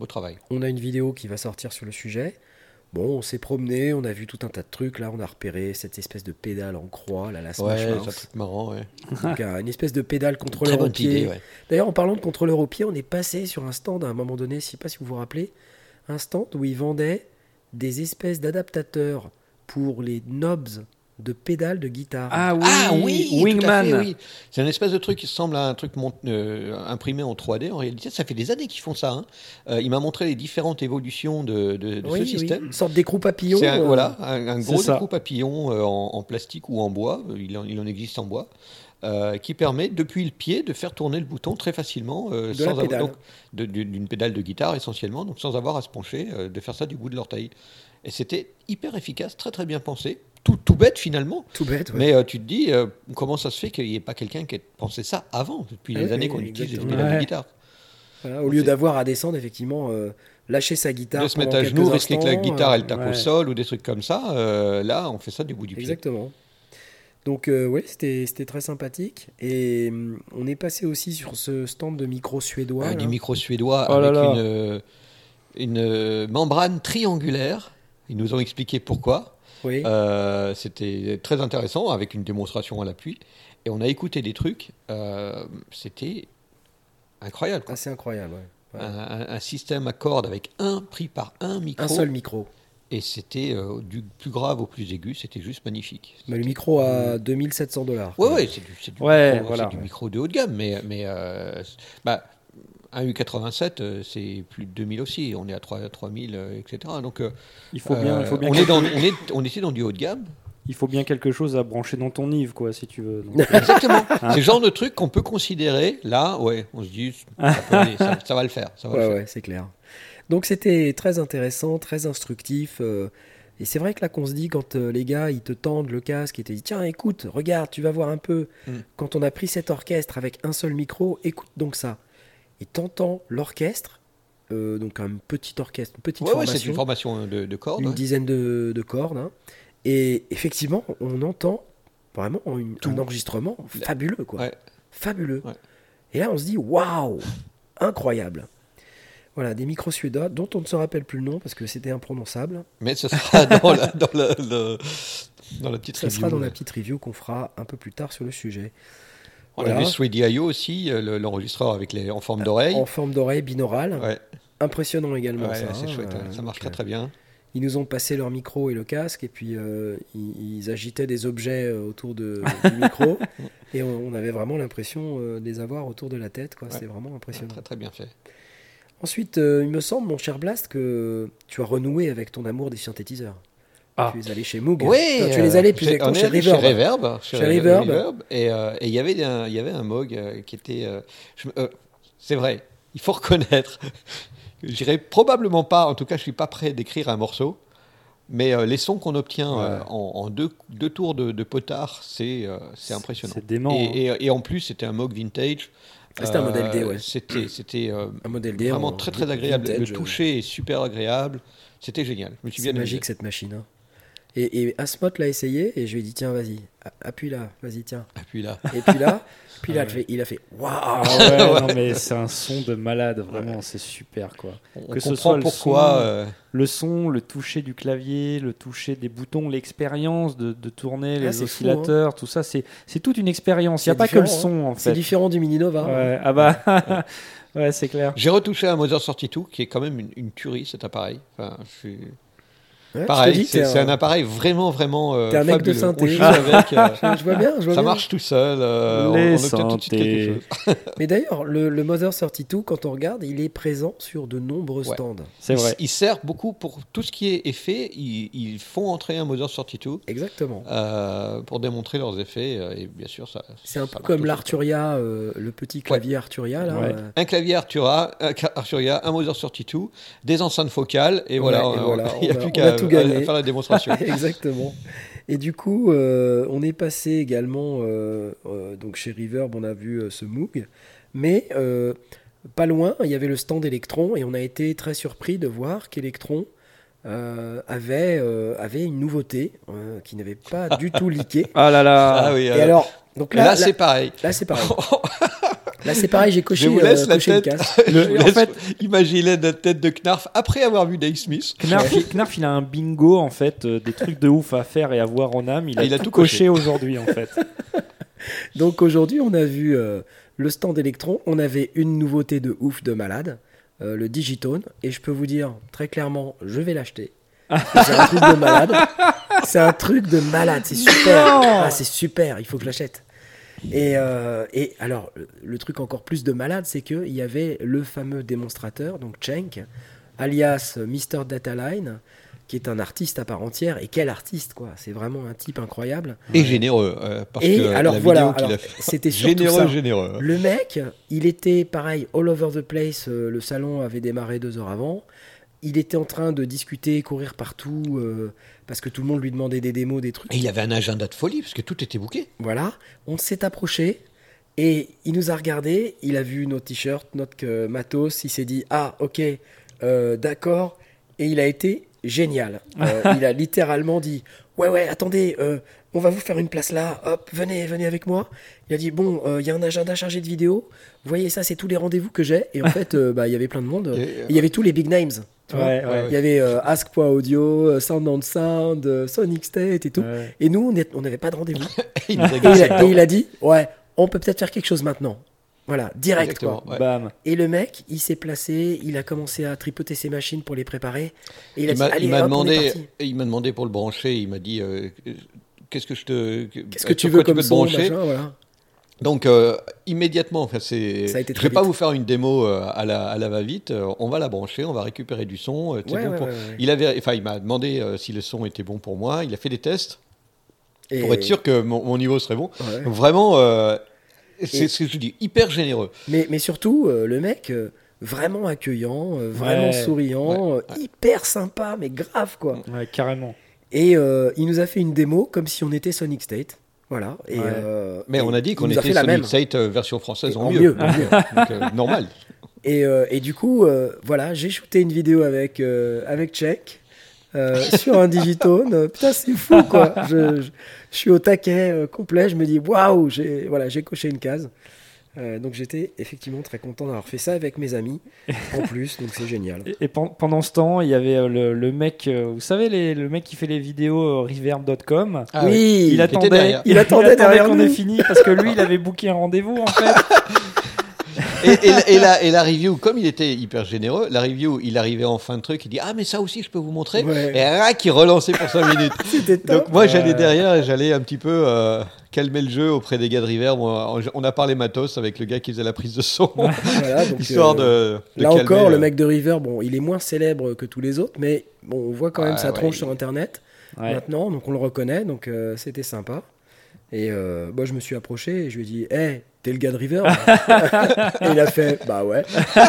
beau travail. On a une vidéo qui va sortir sur le sujet. Bon, on s'est promené, on a vu tout un tas de trucs. Là, on a repéré cette espèce de pédale en croix, là, la Smash Ouais, Mouth. c'est marrant, ouais. Donc, euh, une espèce de pédale Très contrôleur au bonne pied. idée, ouais. D'ailleurs, en parlant de contrôleur au pied, on est passé sur un stand à un moment donné, je ne sais pas si vous vous rappelez, un stand où ils vendaient des espèces d'adaptateurs pour les knobs de pédales de guitare. Ah oui, Ah oui, Wingman. tout à fait, oui. C'est une espèce de truc qui ressemble à un truc mont- euh, imprimé en trois D. En réalité, ça fait des années qu'ils font ça. Hein. Euh, il m'a montré les différentes évolutions de, de, de oui, ce oui, système. une sorte d'écrou papillon. C'est un, euh, voilà, un, un gros C'est ça. écrou papillon euh, en, en plastique ou en bois. Il en, il en existe en bois. Euh, qui permet depuis le pied de faire tourner le bouton très facilement euh, De sans la avoir- pédale. donc, de- de- d'une pédale de guitare essentiellement, donc sans avoir à se pencher, euh, de faire ça du bout de l'orteil. Et c'était hyper efficace, très très bien pensé, tout, tout bête finalement. Tout bête, ouais. Mais euh, tu te dis, euh, comment ça se fait qu'il n'y ait pas quelqu'un qui ait pensé ça avant, depuis Ah les oui, années oui, qu'on utilise les exactement. pédales Ouais. de guitare. Voilà, au lieu c'est- d'avoir à descendre, effectivement, euh, lâcher sa guitare De se pendant mettre à quelques genoux, risquer que la instants, guitare euh, elle tape ouais. au sol ou des trucs comme ça, euh, là on fait ça du bout du pied. Exactement. Donc euh, oui, c'était c'était très sympathique. Et hum, on est passé aussi sur ce stand de micro suédois. Euh, là. des micros suédois Oh là avec là. une, euh, une euh, membrane triangulaire. Ils nous ont expliqué pourquoi. Oui. Euh, c'était très intéressant avec une démonstration à l'appui. Et on a écouté des trucs. euh, c'était incroyable. quoi. Assez incroyable, ouais. Ouais. Un, un- un système à cordes avec un pris par un micro. Un seul micro. Et c'était euh, du plus grave au plus aigu. C'était juste magnifique. Mais le micro à deux mille sept cents dollars. Ouais, ouais, c'est du, c'est du Ouais, micro, voilà. c'est du micro de haut de gamme, mais, mais euh, c'est- bah, un U quatre-vingt-sept, euh, c'est plus de deux mille aussi. On est à trois mille, euh, et cetera. Donc, euh, Il faut bien, il faut bien on, est quelque- dans, on, est, on était dans du haut de gamme. il faut bien quelque chose à brancher dans ton Yves, quoi, si tu veux. Donc, euh, Exactement. C'est le genre de truc qu'on peut considérer. Là, ouais, on se dit, ça, peut aller, ça, ça va le faire. Ça va Ouais, le faire. ouais, c'est clair. Donc c'était très intéressant, très instructif. euh, et c'est vrai que là qu'on se dit, quand euh, les gars, ils te tendent le casque et te disent, tiens, écoute, regarde, tu vas voir un peu. Mm. Quand on a pris cet orchestre avec un seul micro, écoute donc ça. Et t'entends l'orchestre, euh, donc un petit orchestre, une petite Ouais, ouais, formation, c'est une formation de, de cordes. une ouais. dizaine de, de cordes. hein. Et effectivement, on entend vraiment une- un enregistrement fabuleux, quoi. Ouais. Fabuleux. Ouais. Et là, on se dit, waouh, incroyable. Voilà, des micros suédois dont on ne se rappelle plus le nom parce que c'était imprononçable. Mais ce sera dans la, dans la, le- dans la petite Ça review. sera dans la petite review qu'on fera un peu plus tard sur le sujet. On Voilà. a vu Swedy I O aussi, euh, le- l'enregistreur avec les, en forme d'oreille. En forme d'oreille binaurale. Ouais, Impressionnant également, ouais, ça. c'est hein. chouette. ouais. Euh, Ça marche donc, très très bien. Ils nous ont passé leur micro et le casque, et puis euh, ils, ils agitaient des objets euh, autour de, du micro, et on, on avait vraiment l'impression euh, de les avoir autour de la tête, quoi. Ouais. C'était vraiment impressionnant. Très très bien fait. Ensuite, euh, il me semble, mon cher Blast, que tu as renoué avec ton amour des synthétiseurs. Ah. Tu es allé chez Moog. Oui, Toi, tu les allais plus j'ai- exactement on est chez allé Reverb. Chez Reverb. Chez Reverb. Reverb, Et euh, et il y avait un, il y avait un Moog euh, qui était. euh, je me- euh, c'est vrai, il faut reconnaître. J'irai probablement pas, en tout cas, je suis pas prêt d'écrire un morceau. Mais euh, les sons qu'on obtient euh, Ouais. en, en deux, deux tours de, de potard, c'est euh, c'est impressionnant. c'est dément, hein. Et, et- et en plus, c'était un Moog vintage. Ah, c'était un modèle D, ouais. C'était c'était, euh, Un modèle D vraiment en très très agréable. vintage, Le toucher est super agréable. C'était génial. Je me suis C'est bien magique amusé. cette machine. hein. Et, et Asmot l'a essayé et je lui ai dit tiens vas-y, a- appuie là, vas-y tiens. Et puis là, Et puis là, puis là Ah il, fait- il a fait waouh. Ah ouais, non, mais c'est un son de malade, vraiment, c'est super, quoi. on Que ce comprend soit le pourquoi. son, euh, Le son, le toucher du clavier, le toucher des boutons, l'expérience de, de tourner les Ah, c'est fou, oscillateurs, tout ça, c'est c'est toute une expérience. Il n'y a C'est pas que le différent, son, en C'est fait. différent du Mini Nova. hein. Ouais, ah bah, ouais, c'est clair. J'ai retouché un Mother soixante-deux qui est quand même une, une tuerie cet appareil. Enfin, je suis... Ouais, je te Pareil, dis, c'est t'es c'est un- un appareil vraiment vraiment. euh, T'es un mec de fabuleux. synthé. On joue avec, euh, Je, je vois bien, je vois ça bien. marche tout seul. euh, on, Les on obtient tout de suite synthés. quelque chose. Mais d'ailleurs, le, le Mother trente-deux, quand on regarde, il est présent sur de nombreux Ouais. stands. C'est Il, vrai. il sert beaucoup pour tout ce qui est effet. Ils, ils font entrer un Mother soixante-deux Exactement. euh, pour démontrer leurs effets. euh, Et bien sûr, ça. C'est un ça peu marche comme tout l'Arturia, euh, le petit clavier Arturia là. Ouais. euh, Un clavier Arturia, un ca- Arturia, un Mother soixante-deux, des enceintes focales, et voilà, Ouais, et on- voilà, il n'y a on a- plus on qu'à a tout gagné. à faire la démonstration. Exactement. Et du coup, euh, on est passé également euh, euh, donc chez Reverb, on a vu euh, ce Moog, mais euh, pas loin, il y avait le stand Electron et on a été très surpris de voir qu'Electron euh, avait euh, avait une nouveauté euh, qui n'avait pas du tout leaké. Ah là là. Ah oui, Et euh, alors, donc là, là, là, c'est pareil. là, c'est pareil. Là, c'est pareil, j'ai coché, Je vous laisse euh, la coché une tête. case. Je Le- vous en laisse fait- imaginer la tête de Knarf après avoir vu Dave Smith. Knarf, il- Knarf, il a un bingo en fait, euh, des trucs de ouf à faire et à voir en âme. Il a, Ah, il a tout tout coché, coché. aujourd'hui en fait. Donc aujourd'hui, on a vu euh, le stand Electron. On avait une nouveauté de ouf de malade, euh, le Digitone. Et je peux vous dire très clairement, je vais l'acheter. C'est un truc de malade. C'est un truc de malade. C'est super. Non. Ah, c'est super. Il faut que je l'achète. Et, euh, et alors, le, le truc encore plus de malade, c'est qu'il y avait le fameux démonstrateur, donc Cenk, alias mister Dataline, qui est un artiste à part entière. Et quel artiste, quoi. C'est vraiment un type incroyable. Et généreux. euh, parce Et que alors la voilà, vidéo qu'il alors, a fait. c'était surtout Généreux, ça. généreux. Le mec, il était pareil, all over the place. euh, le salon avait démarré deux heures avant. Il était en train de discuter, courir partout, euh, parce que tout le monde lui demandait des démos, des trucs. Et il y avait un agenda de folie, parce que tout était booké. Voilà, on s'est approché et il nous a regardé. Il a vu nos t-shirts, notre euh, matos. Il s'est dit ah ok, euh, d'accord. Et il a été génial. Euh, il a littéralement dit ouais ouais attendez, euh, on va vous faire une place là. Hop, venez venez avec moi. Il a dit bon, il euh, y a un agenda chargé de vidéos. Vous voyez ça, c'est tous les rendez-vous que j'ai. Et en fait, euh, bah il y avait plein de monde. Et, Et Il y avait tous les big names. Tu vois. Ouais, ouais. Il y avait euh, Ask.audio, euh, Sound on Sound, euh, Sonic State et tout. Ouais. Et nous, on est- on n'avait pas de rendez-vous. il nous a Et il, glissé a, dedans. et il a dit, ouais, on peut peut-être faire quelque chose maintenant. Voilà, direct Exactement, quoi. ouais. Bam. Et le mec, il s'est placé, il a commencé à tripoter ses machines pour les préparer. Et il a Il dit, m'a allez, il m'a hop, on est demandé, parti. il m'a demandé pour le brancher. Il m'a dit euh, qu'est-ce que je te, Qu'est-ce que tu sur veux quoi comme peux te son, brancher. machin, voilà. Donc euh, immédiatement, enfin c'est. Ça a été je très vais pas vite. vous faire une démo euh, à la à la va-vite. euh, On va la brancher, on va récupérer du son. euh, c'est Ouais, bon ouais, pour- ouais, ouais. Il avait, enfin il m'a demandé euh, si le son était bon pour moi. Il a fait des tests Et- pour être sûr que mon, mon niveau serait bon. Ouais. Donc vraiment, euh, c'est Et- ce que je dis, hyper généreux. Mais, mais surtout, euh, le mec, euh, vraiment accueillant, euh, vraiment Ouais. souriant, euh, hyper sympa, mais grave quoi. Ouais, carrément. Et euh, il nous a fait une démo comme si on était Sonic State. Voilà. Et, Ouais. euh, Mais et on a dit qu'on il nous a était fait la même. Sonic State euh, version française Et en, en mieux. mieux, en mieux. Donc, euh, normal. Et, euh, et du coup, euh, voilà, j'ai shooté une vidéo avec, euh, avec Check euh, sur un Digitone. Euh, Putain, c'est fou, quoi. Je, je, je suis au taquet euh, complet. Je me dis, waouh, j'ai voilà, j'ai coché une case. Euh, donc j'étais effectivement très content d'avoir fait ça avec mes amis en plus. Donc c'est génial. Et, et pen- pendant ce temps, il y avait euh, le, le mec, euh, vous savez, les- le mec qui fait les vidéos euh, reverb point com. Ah oui, Il attendait, derrière. Il attendait derrière qu'on nous. ait fini parce que lui, il avait booké un rendez-vous en fait. Et, et, et la, et la review, comme il était hyper généreux, la review, il arrivait en fin de truc, il dit ah mais ça aussi je peux vous montrer. Ouais. Et ah, qui relançait pour cinq minutes. C'était top. Donc moi j'allais Ouais. derrière et j'allais un petit peu euh, calmer le jeu auprès des gars de River. Bon, on a parlé matos avec le gars qui faisait la prise de son, Voilà, donc, histoire euh, de, de Là calmer, encore, euh, le mec de River, bon, il est moins célèbre que tous les autres, mais bon, on voit quand même Ouais, sa ouais, tronche il- sur Internet Ouais. maintenant, donc on le reconnaît, donc euh, c'était sympa. Et euh, moi, je me suis approché et je lui ai dit, hé, t'es le gars de River Et il a fait, bah ouais.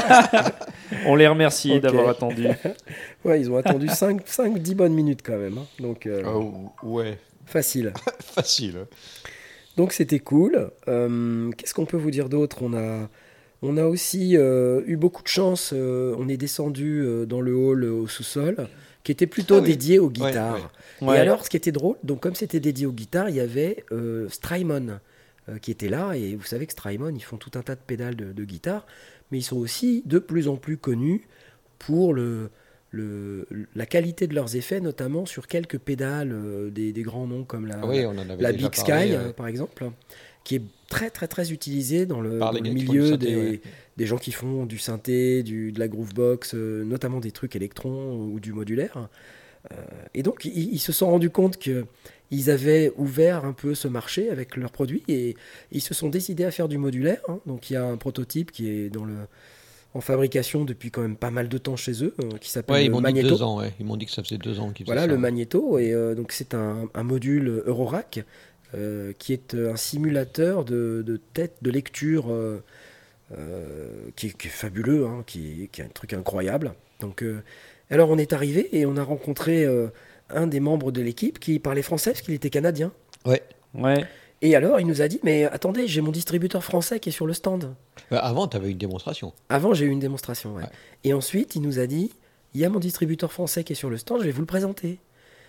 On les remercie Ok. d'avoir attendu. Ouais, ils ont attendu cinq dix bonnes minutes quand même. hein. Donc, euh, oh, ouais, facile. facile. Donc c'était cool. Euh, Qu'est-ce qu'on peut vous dire d'autre? On a, on a aussi euh, eu beaucoup de chance. euh, on est descendu euh, dans le hall euh, au sous-sol, qui était plutôt Ah oui. dédié aux Ouais, guitares. ouais. Et alors, ce qui était drôle, donc comme c'était dédié aux guitares, il y avait euh, Strymon euh, qui était là. Et vous savez que Strymon, ils font tout un tas de pédales de, de guitare, mais ils sont aussi de plus en plus connus pour le, le, la qualité de leurs effets, notamment sur quelques pédales euh, des, des grands noms comme la, Ah oui, on en avait la déjà Big parlé, Sky, euh, euh, par exemple, qui est très très très utilisée dans le, Par dans les le gars qui font du milieu synthé, des, ouais. des gens qui font du synthé, du, de la groovebox, euh, notamment des trucs électrons ou du modulaire. Euh, et donc ils, ils se sont rendus compte que ils avaient ouvert un peu ce marché avec leurs produits et ils se sont décidés à faire du modulaire. hein. Donc il y a un prototype qui est dans le, en fabrication depuis quand même pas mal de temps chez eux, euh, qui s'appelle Ouais, ils le m'ont dit Magneto. deux ans. Ouais. Ils m'ont dit que ça faisait deux ans qu'ils faisaient Voilà ça. le Magneto, et euh, donc c'est un, un module Eurorack euh, qui est un simulateur de, de tête de lecture euh, euh, qui, est, qui est fabuleux, hein, qui, qui est un truc incroyable. Donc, euh, alors on est arrivé et on a rencontré euh, un des membres de l'équipe qui parlait français parce qu'il était canadien. Ouais. Ouais. Et alors il nous a dit mais attendez, j'ai mon distributeur français qui est sur le stand. Euh, Avant, tu avais une démonstration. Avant j'ai eu une démonstration. Ouais. Ouais. Et ensuite il nous a dit il y a mon distributeur français qui est sur le stand, je vais vous le présenter.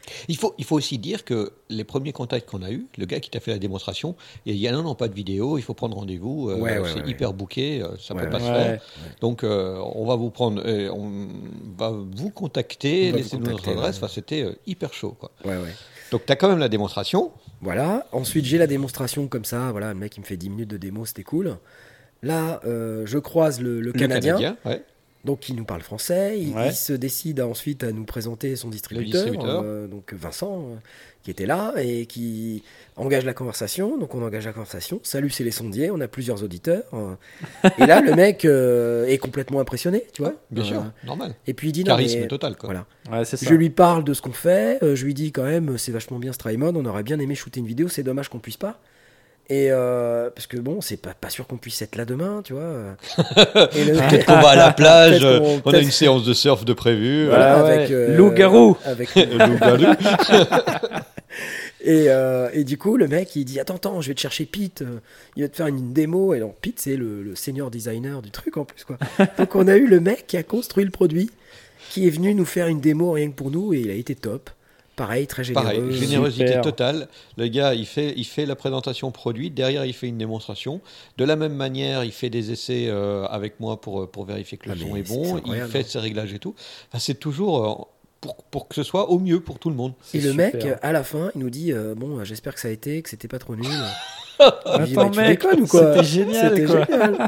Il faut, il faut aussi dire que les premiers contacts qu'on a eus, le gars qui t'a fait la démonstration, il y a non, non, pas de vidéo, il faut prendre rendez-vous, euh, Ouais, ouais, c'est ouais, hyper booké, euh, ça Ouais, peut pas ouais. se faire. Ouais. Donc, euh, on va vous prendre, euh, on va vous contacter, On va vous laissez-nous notre contacter, adresse. ouais. Enfin, c'était euh, hyper chaud, quoi. Ouais, ouais. Donc, tu as quand même la démonstration. Voilà. Ensuite, j'ai la démonstration comme ça. Voilà, le mec, il me fait dix minutes de démo, c'était cool. Là, euh, je croise le, le Canadien, Le Canadien, ouais. donc il nous parle français. Il, Ouais. il se décide à- ensuite à nous présenter son distributeur, distributeur. euh, donc Vincent, euh, qui était là et qui engage la conversation. Donc on engage la conversation. Salut, c'est les sondiers. On a plusieurs auditeurs. euh. Et là, le mec euh, est complètement impressionné, tu vois. Bien Euh, sûr, normal. Et puis il dit non, Charisme mais- total, quoi. Voilà. Ouais, c'est ça. Je lui parle de ce qu'on fait, euh, je lui dis quand même, c'est vachement bien Strymon, on aurait bien aimé shooter une vidéo, c'est dommage qu'on puisse pas. Et euh, parce que bon, c'est pas, pas sûr qu'on puisse être là demain, tu vois. Et le- Peut-être qu'on va à la plage, Peut-être qu'on- euh, on a peut-être- une séance de surf de prévu. Voilà, Ah ouais. avec euh, Loup-garou. avec Loup-garou. et, euh, et du coup, le mec il dit attends, attends, je vais te chercher Pete, euh, il va te faire une, une démo. Et donc Pete, c'est le, le senior designer du truc en plus, quoi. Donc on a eu le mec qui a construit le produit, qui est venu nous faire une démo rien que pour nous, et il a été top. Pareil, très généreux. Pareil, générosité Super. totale. Le gars, il fait, il fait la présentation produit. Derrière, il fait une démonstration. De la même manière, il fait des essais euh, avec moi pour, pour vérifier que le Ah, son mais est c'est- bon. c'est Il incroyable, fait hein. ses réglages et tout. Enfin, c'est toujours euh, pour, pour que ce soit au mieux pour tout le monde. Et C'est le super. mec, à la fin, il nous dit euh, bon, euh, j'espère que ça a été, que c'était pas trop nul. Je dis, Attends, bah, tu mec, déconnes ou quoi c'était génial, C'était quoi. génial.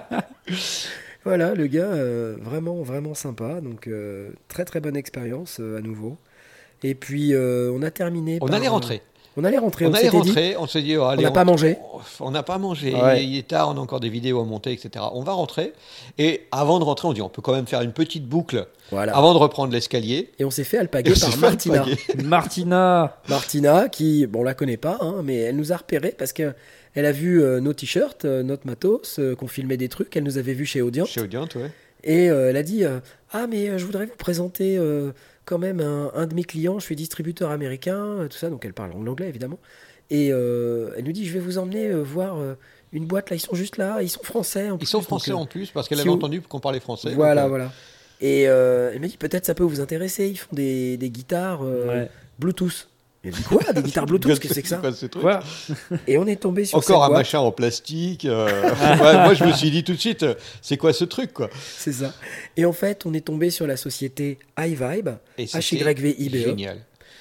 Voilà, le gars, euh, vraiment, vraiment sympa. Donc, euh, très, très bonne expérience euh, à nouveau. Et puis, euh, on a terminé. On par, allait rentrer. On allait rentrer. On, On, allait s'était dit, rentrer. On s'est dit, oh, allez, n'a pas mangé. On n'a pas mangé. Ouais. Il est tard, on a encore des vidéos à monter, et cetera. On va rentrer. Et avant de rentrer, on dit, on peut quand même faire une petite boucle Voilà. avant de reprendre l'escalier. Et on s'est fait Et alpaguer on s'est par fait Martina. alpaguer. Martina. Martina, qui, bon, on la connaît pas, hein, mais elle nous a repéré parce que elle a vu euh, nos t-shirts, euh, notre matos, euh, qu'on filmait des trucs. Elle nous avait vus chez Audience. Chez Audiant, ouais. Et euh, elle a dit euh, ah mais euh, je voudrais vous présenter euh, quand même un, un de mes clients, je suis distributeur américain, euh, tout ça, donc elle parle en anglais évidemment. Et euh, elle nous dit je vais vous emmener euh, voir euh, une boîte là, ils sont juste là, ils sont français. En Ils plus, sont donc, français euh, en plus, parce qu'elle si avait vous- entendu qu'on parlait français. Voilà donc, euh, voilà. Et euh, elle m'a dit peut-être ça peut vous intéresser, ils font des, des guitares euh, Ouais. Bluetooth. Elle dit quoi des guitares Bluetooth, qu'est-ce que c'est que ça quoi, ce truc Quoi Et on est tombé sur Encore un cette boîte. machin en plastique. euh, ouais, moi, je me suis dit tout de suite, euh, c'est quoi ce truc, quoi C'est ça. Et en fait, on est tombé sur la société iVibe, Et H c'était Y V I B E. génial.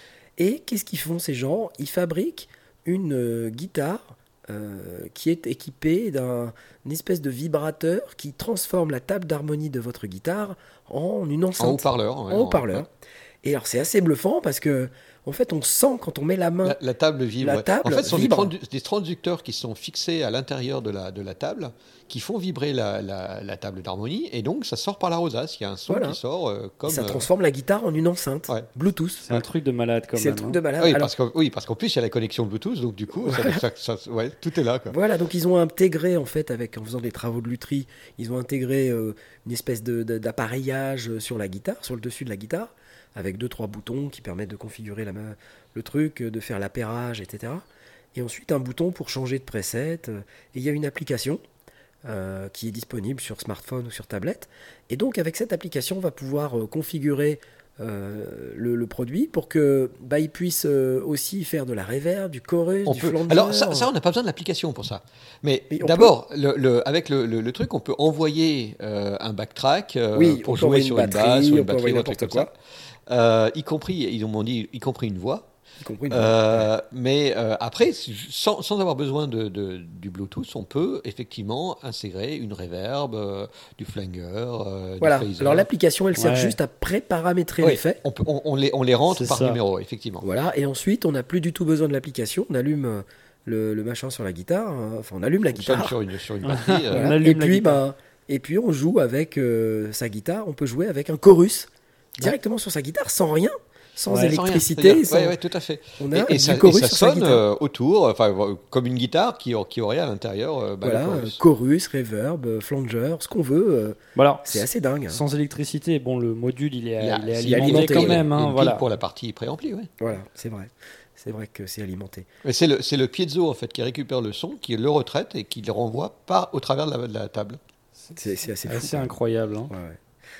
Et qu'est-ce qu'ils font ces gens? Ils fabriquent une euh, guitare euh, qui est équipée d'un une espèce de vibrateur qui transforme la table d'harmonie de votre guitare en une En enceinte, haut-parleur. ouais, en haut-parleur. Et alors c'est assez bluffant parce que en fait on sent quand on met la main. La, la table vibre. La ouais. table en fait, ce sont des, vibre. trandu- des transducteurs qui sont fixés à l'intérieur de la, de la table, qui font vibrer la, la, la table d'harmonie, et donc ça sort par la rosace. Il y a un son Voilà. qui sort euh, comme. ça euh, transforme la guitare en une enceinte Ouais. Bluetooth. C'est un truc de malade quand C'est même. le truc hein. de malade. oui, Alors, parce que, oui, parce qu'en plus, il y a la connexion Bluetooth, donc du coup, ça- ça- ça- ouais, tout est là. Quoi. Voilà, donc ils ont intégré, en fait, avec, en faisant des travaux de lutherie, ils ont intégré euh, une espèce de, de- d'appareillage sur la guitare, sur le dessus de la guitare, avec deux, trois boutons qui permettent de configurer la, ma- le truc, de faire l'appairage, et cetera. Et ensuite, un bouton pour changer de preset. euh, Et il y a une application euh, qui est disponible sur smartphone ou sur tablette. Et donc, avec cette application, on va pouvoir euh, configurer euh, le, le produit pour que bah, il puisse euh, aussi faire de la reverb, du chorus, On du peut- flanger. Alors ça, ça, on n'a pas besoin de l'application pour ça. Mais Mais on d'abord, le, le- avec le, le- le truc, on peut envoyer euh, un backtrack euh, Oui, pour on peut jouer envoyer sur une une batterie, basse, sur on une peut batterie envoyer ou un truc comme n'importe ça. Euh, y compris, ils m'ont dit, y compris une voix. y compris une- Euh, mais euh, après, sans, sans avoir besoin de, de- du Bluetooth, on peut effectivement intégrer une reverb, euh, du flanger, euh, Voilà. du phaser. Alors l'application, elle sert Ouais. juste à pré-paramétrer Oui, l'effet. on, peut- on- on les, on les rentre C'est par ça. numéro, effectivement. Voilà. Et ensuite, on n'a plus du tout besoin de l'application. On allume euh, le, le machin sur la guitare. hein. Enfin, on allume la On sonne guitare. sur une, sur une batterie. euh, Voilà. On allume Et la puis, guitare. bah, et puis, on joue avec euh, sa guitare. On peut jouer avec un chorus directement sur sa guitare, sans rien, sans Ouais. sans rien. électricité. C'est-à-dire- sans- ouais, ouais, tout à fait. On a Et, et du ça, et chorus ça sur sa sonne guitare. euh, autour, enfin, euh, comme une guitare qui, qui aurait à l'intérieur euh, bah, Voilà, le euh, chorus. chorus, reverb, euh, flanger, ce qu'on veut. euh, Bon, alors, c'est assez dingue. hein. sans électricité, bon, le module il est, Il y a- il est il y a alimenté alimenté, quand il y a même. Il y a Hein, une pile voilà. pour la partie préamplie, ouais. Voilà, c'est vrai. C'est vrai que c'est alimenté. Mais c'est le, c'est le piezo en fait qui récupère le son, qui le retraite et qui le renvoie par, au travers de la, de la table. C'est c'est assez fou. Assez incroyable. Hein. Ouais, ouais.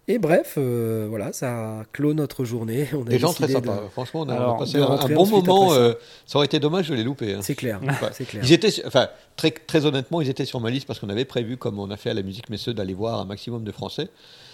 Et bref, euh, voilà, ça clôt notre journée. On a Des gens très décidé sympas. de- Franchement, on a, Alors, on a passé de un, rentrer un bon ensuite moment. après ça. euh, ça aurait été dommage de les louper. hein. C'est clair, Ouais. c'est clair. Ils étaient, sur- enfin, très, très honnêtement, ils étaient sur ma liste parce qu'on avait prévu, comme on a fait à la Musique Messeux, d'aller voir un maximum de Français.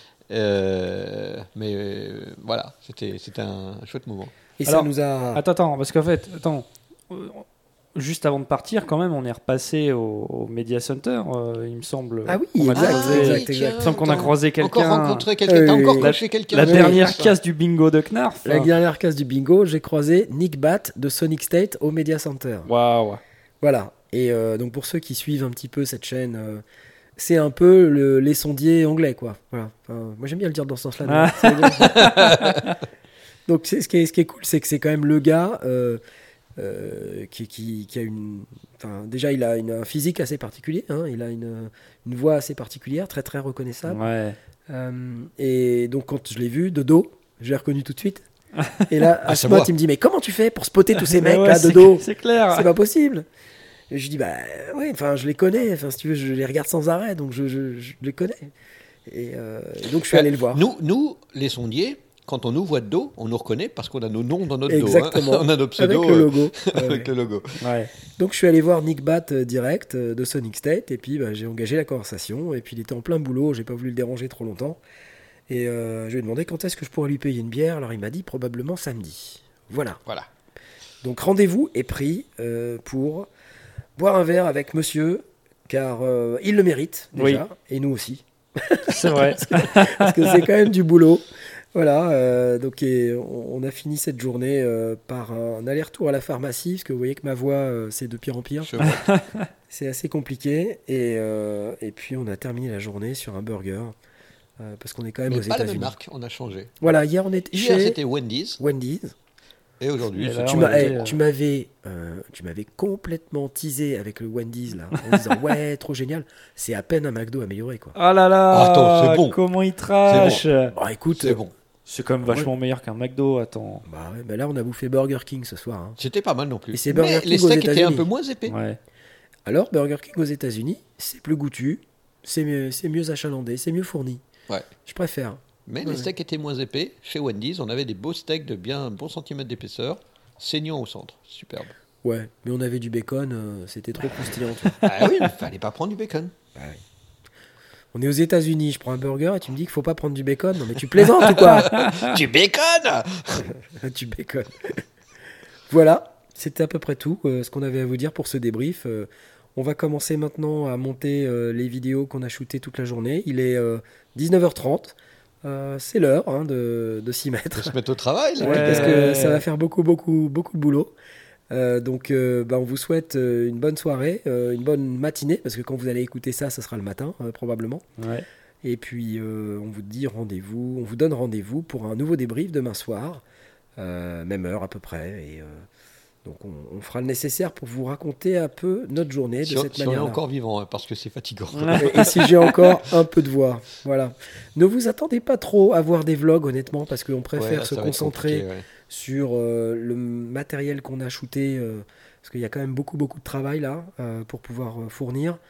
Euh, mais euh, voilà, c'était, c'était un chouette moment. Et Alors, ça nous a... Attends, attends, parce qu'en fait, attends, euh, juste avant de partir, quand même, on est repassé au, au Media Center, euh, il me semble. Ah oui, On a exact, croisé- exact, tiens, exact. Il me semble qu'on a t'as croisé Encore quelqu'un. rencontré quelqu'un. T'as Euh, encore la- coché quelqu'un. La Oui, dernière ça. case du bingo de Knarf. La dernière case du bingo, j'ai croisé Nick Batt de Sonic State au Media Center. Waouh. Voilà. Et euh, donc pour ceux qui suivent un petit peu cette chaîne, euh, c'est un peu le- les sondiers anglais, quoi. Voilà. Enfin, moi j'aime bien le dire dans ce sens-là. Ah. C'est rigolo. Donc c'est, ce, qui est, ce qui est cool, c'est que c'est quand même le gars euh, euh, qui, qui, qui a une... Enfin, déjà, il a une, un physique assez particulier. Hein, il a une, une voix assez particulière, très très reconnaissable. Ouais. Euh, et donc quand je l'ai vu de dos, je l'ai reconnu tout de suite. Et là, Ah, à ça Spot, voit. il me dit, mais comment tu fais pour spotter tous ces Mais mecs ouais, là de c'est- dos? C'est clair. C'est pas possible. Et je dis, bah ouais, enfin je les connais, enfin si tu veux, je les regarde sans arrêt, donc je, je, je les connais. Et, euh, et donc je suis allé le voir. Nous, nous, les sondiers, quand on nous voit de dos, on nous reconnaît parce qu'on a nos noms dans notre Exactement. dos. hein. On a nos Avec pseudos le euh, logo. Ouais, avec ouais. le logo. Ouais. Donc je suis allé voir Nick Batt euh, direct euh, de Sonic State, et puis bah, j'ai engagé la conversation, et puis il était en plein boulot, j'ai pas voulu le déranger trop longtemps. Et euh, je lui ai demandé quand est-ce que je pourrais lui payer une bière, alors il m'a dit probablement samedi. Voilà. Voilà. Donc rendez-vous est pris euh, pour boire un verre avec monsieur, car euh, il le mérite déjà, et nous aussi, C'est vrai. parce que c'est quand même du boulot. Voilà, euh, donc et on, on a fini cette journée euh, par un aller-retour à la pharmacie, parce que vous voyez que ma voix, euh, c'est de pire en pire. Je vois. C'est assez compliqué, et, euh, et puis on a terminé la journée sur un burger, euh, parce qu'on est quand même Mais aux pas la même États-Unis. marque, on a changé. Voilà, hier on était Hier, chez c'était Wendy's, Wendy's. et aujourd'hui, Et c'est là, Tu on m'as- a eh, été, euh, tu m'avais, euh, tu m'avais complètement teasé avec le Wendy's là, en disant ouais, trop génial. C'est à peine un McDo amélioré quoi. Oh là là. Attends, c'est bon. Comment il trash. Bah écoute, c'est bon. C'est quand même vachement meilleur qu'un McDo. Attends. bah, ouais, bah là on a bouffé Burger King ce soir. hein. C'était pas mal non plus. Et c'est Burger Mais King les aux steaks étaient un États-Unis. peu moins épais. Ouais. Alors Burger King aux États-Unis, c'est plus goûtu, c'est mieux, c'est mieux achalandé, c'est mieux fourni. Ouais. Je préfère. Mais Ouais. les steaks étaient moins épais. Chez Wendy's, on avait des beaux steaks de bien un bon centimètre d'épaisseur, saignant au centre. Superbe. Ouais, mais on avait du bacon, euh, c'était trop croustillant. tu vois. Ah oui, mais fallait pas prendre du bacon. On est aux États-Unis, je prends un burger et tu me dis qu'il faut pas prendre du bacon. Non mais tu plaisantes ou quoi? Du bacon. Du bacon. Voilà, c'était à peu près tout euh, ce qu'on avait à vous dire pour ce débrief. Euh, on va commencer maintenant à monter euh, les vidéos qu'on a shootées toute la journée. Il est euh, dix-neuf heures trente. Euh, c'est l'heure hein, de, de s'y Faut mettre. se mettre au travail. là. Ouais, Ouais. parce que ça va faire beaucoup, beaucoup, beaucoup de boulot. Euh, donc, euh, bah, on vous souhaite euh, une bonne soirée, euh, une bonne matinée, parce que quand vous allez écouter ça, ça sera le matin, euh, probablement. Ouais. Et puis, euh, on vous dit rendez-vous, on vous donne rendez-vous pour un nouveau débrief demain soir, euh, même heure à peu près. Et euh, donc, on, on fera le nécessaire pour vous raconter un peu notre journée Si de on, cette si on est manière. encore vivant, hein, parce que c'est fatigant. Et, et si j'ai encore un peu de voix, voilà. Ne vous attendez pas trop à voir des vlogs, honnêtement, parce qu'on préfère Ouais, se ça va être concentrer compliqué, ouais. sur euh, le matériel qu'on a shooté, euh, parce qu'il y a quand même beaucoup beaucoup de travail là euh, pour pouvoir euh, fournir.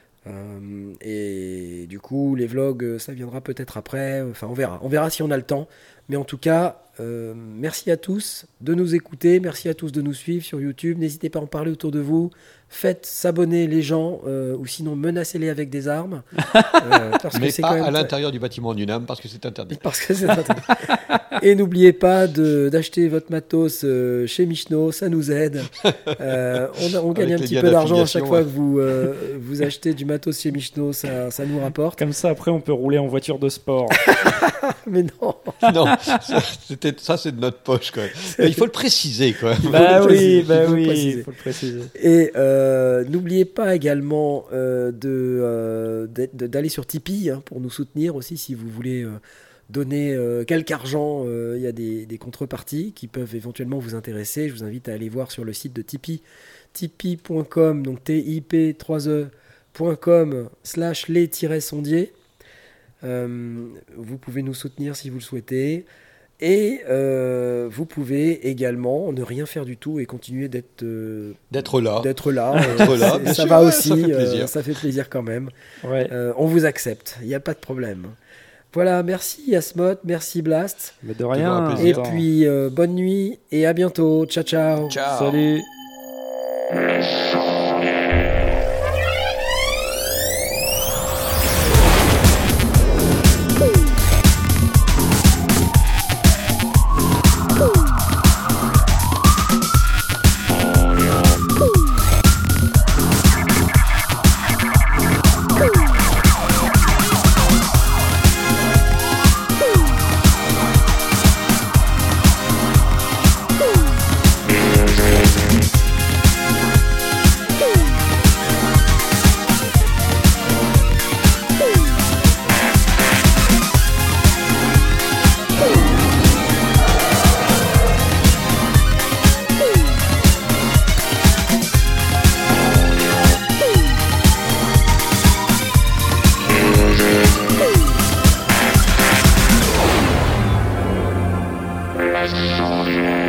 Euh, et du coup, les vlogs, euh, ça viendra peut-être après. Enfin, on verra. On verra si on a le temps. Mais en tout cas, euh, merci à tous de nous écouter. Merci à tous de nous suivre sur YouTube. N'hésitez pas à en parler autour de vous. Faites s'abonner les gens, euh, ou sinon menacez-les avec des armes. Euh, parce Mais que c'est pas quand même à l'intérieur du bâtiment du NAM, parce que c'est interdit. parce que c'est interdit. Et n'oubliez pas de- d'acheter votre matos euh, chez Michno, ça nous aide. Euh, on, a- on gagne Avec un les petit liens peu d'argent à chaque d'affiliation, fois ouais. que vous, euh, vous achetez du matos chez Michno, ça, ça nous rapporte. Comme ça, après, on peut rouler en voiture de sport. Mais non, Non, ça, c'était- ça, c'est de notre poche, quand même. Mais il faut le préciser, quand même. bah le préciser, oui, bah il faut le oui, préciser. il faut le préciser. Et euh, n'oubliez pas également euh, de, euh, d'être- de- d'aller sur Tipeee hein, pour nous soutenir aussi si vous voulez euh, donner euh, quelque argent. euh, Il y a des, des contreparties qui peuvent éventuellement vous intéresser. Je vous invite à aller voir sur le site de Tipeee, tipeee point com, donc T I P trois E point com slash les-sondiers. Euh, vous pouvez nous soutenir si vous le souhaitez. Et euh, vous pouvez également ne rien faire du tout et continuer d'être euh, D'être là. d'être là. D'être euh, là, c'est- bien ça sûr, va ouais, aussi, ça fait euh, plaisir. ça fait plaisir quand même. Ouais. Euh, on vous accepte, il n'y a pas de problème. Voilà, merci Asmod, merci Blast. Mais de rien. un Et plaisir. Attends. puis, euh, bonne nuit et à bientôt. Ciao, ciao. Ciao. Salut. Let's go.